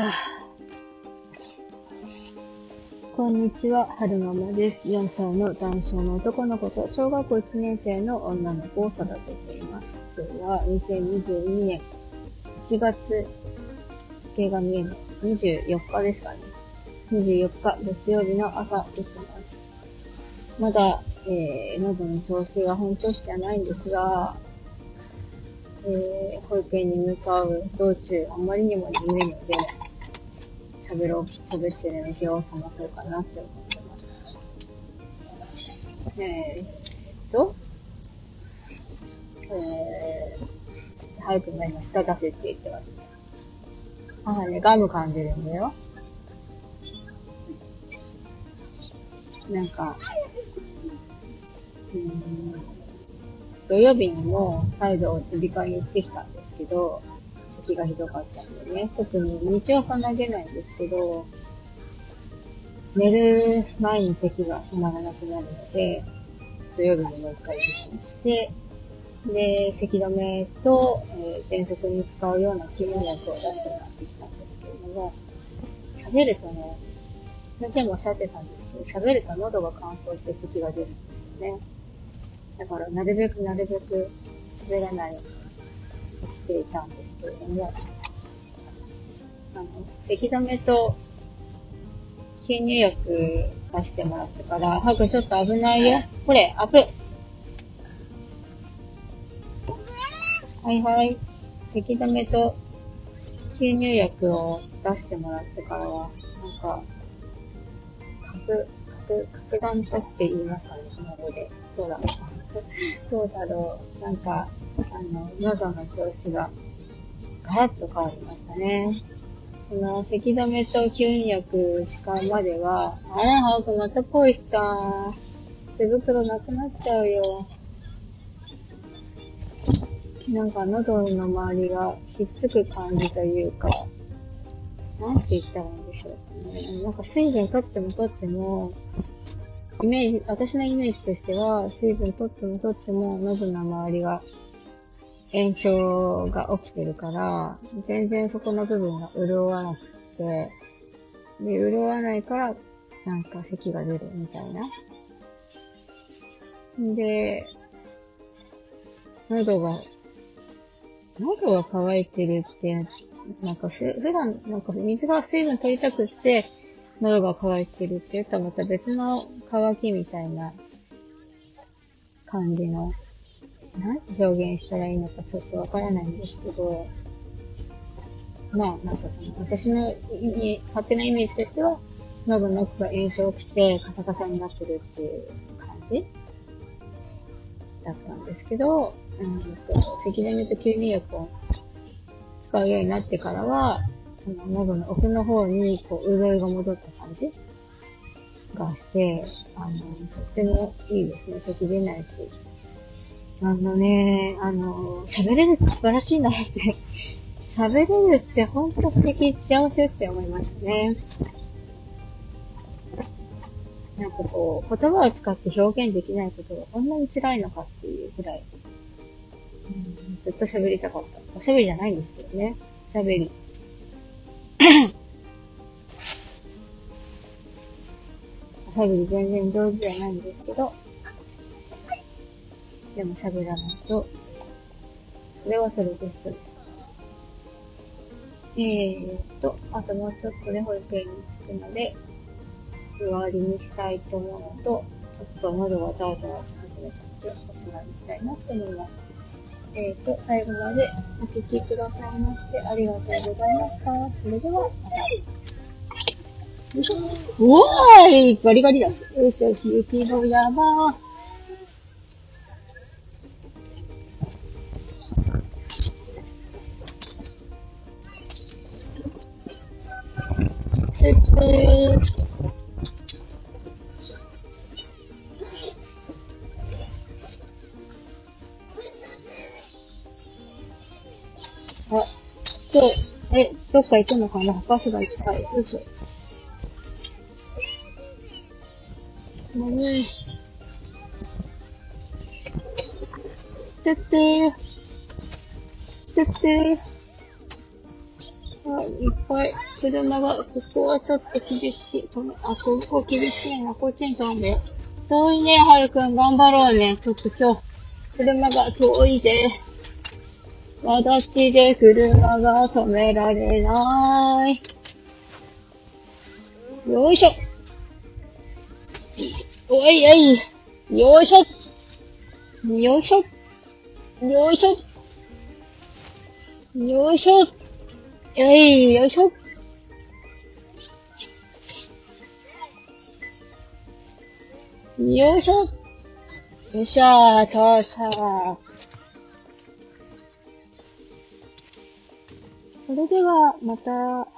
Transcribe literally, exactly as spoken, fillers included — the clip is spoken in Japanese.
はぁこんにちは、はるままです。よんさいの男性の男の子と小学校いちねん生の女の子を育てています。今日はにせんにじゅうにねんいちがつ、時計が見えない。にじゅうよっかですかね。にじゅうよっか月曜日の朝です。まだ、えー、喉の調子が本調子じゃないんですが、えー、保育園に向かう道中、あまりにも眠いので、喋ろう、喋ってるのでを覚まそうかなって思ってます。えーっと、えー、ちょっと早くなりました。出せって言ってます。母ね、ガム噛んでるんだよ。なんか、うーん、土曜日にも再度耳鼻科に行ってきたんですけど、咳がひどかったんでね、特に日曜さん投げないんですけど、寝る前に咳が止まらなくなるので、土曜日にもう一回受診して、で、咳止めと、えー、喘息に使うような吸入薬を出してもらってきたんですけれども、喋るとね、先生もおっしゃってたんですけど、喋ると喉が乾燥して咳が出るんですよね。だから、なるべくなるべく喋らないようにしていたんですけれども、あの、咳止めと吸入薬出してもらってから、ハグちょっと危ないよ。これ、アップ。はいはい。咳止めと吸入薬を出してもらってからは、なんか、格、格、格段とって言いますかね、その後で。そうだ。そうだろう。なんか、あの、喉の調子がガラッと変わりましたね。その、咳止めと吸入薬使うまでは、あれ、ハグまた恋した。手袋なくなっちゃうよ。なんか喉の周りがひっつく感じというか、なんて言ったらいいんでしょうかね。なんか水分取っても取っても、イメージ、私のイメージとしては、水分取っても取っても喉の周りが炎症が起きてるから、全然そこの部分が潤わなくて、で、潤わないから、なんか咳が出るみたいな。で、喉が、喉が乾いてるって、なんか普段、なんか水が水分取りたくって、喉が乾いてるっていうとまた別の乾きみたいな感じの、なんて表現したらいいのかちょっとわからないんですけど、まあなんかその、私の勝手なイメージとしては、喉の奥が炎症起きてカサカサになってるっていう感じだったんですけど、うんと、咳止めと吸入薬を使うようになってからは、その喉の奥の方にこう潤いが戻った感じがして、あの、とってもいいですね。咳出ないし。あのね、あの、喋れるって素晴らしいなって。喋れるってほんと素敵、幸せって思いましたね。なんかこう、言葉を使って表現できないことがこんなに辛いのかっていうくらい、うん、ずっと喋りたかった。おしゃべりじゃないんですけどね。おしゃべり。おしゃべり全然上手じゃないんですけど、でも喋らないと、それはそれです。えーっと、あともうちょっとで保育園に着くので、終わりにしたいと思うのと、ちょっと喉がざわざわし始めたので、おしまいにしたいなと思います。えーと、最後までお聞きくださいましてありがとうございました。それでは、また。おーいガリガリだ。よいしょ、雪の山。つっつー。あ、今日、え、どっか行くのかなバスがいっぱい。よいしょ。もうね。つっつー。つっつー。 あ、いっぱい車が、ここはちょっと厳しい。この、あ、ここ厳しいな。こっちに飛んで。遠いね、はるくん。頑張ろうね。ちょっと今日、車が遠いぜ。わだちで車が止められない。よいしょ。おいおい。よいしょ。よいしょ。よいしょ。よいしょ。よい、よいしょ。よいしょ。よいしょー、到着。それでは、また。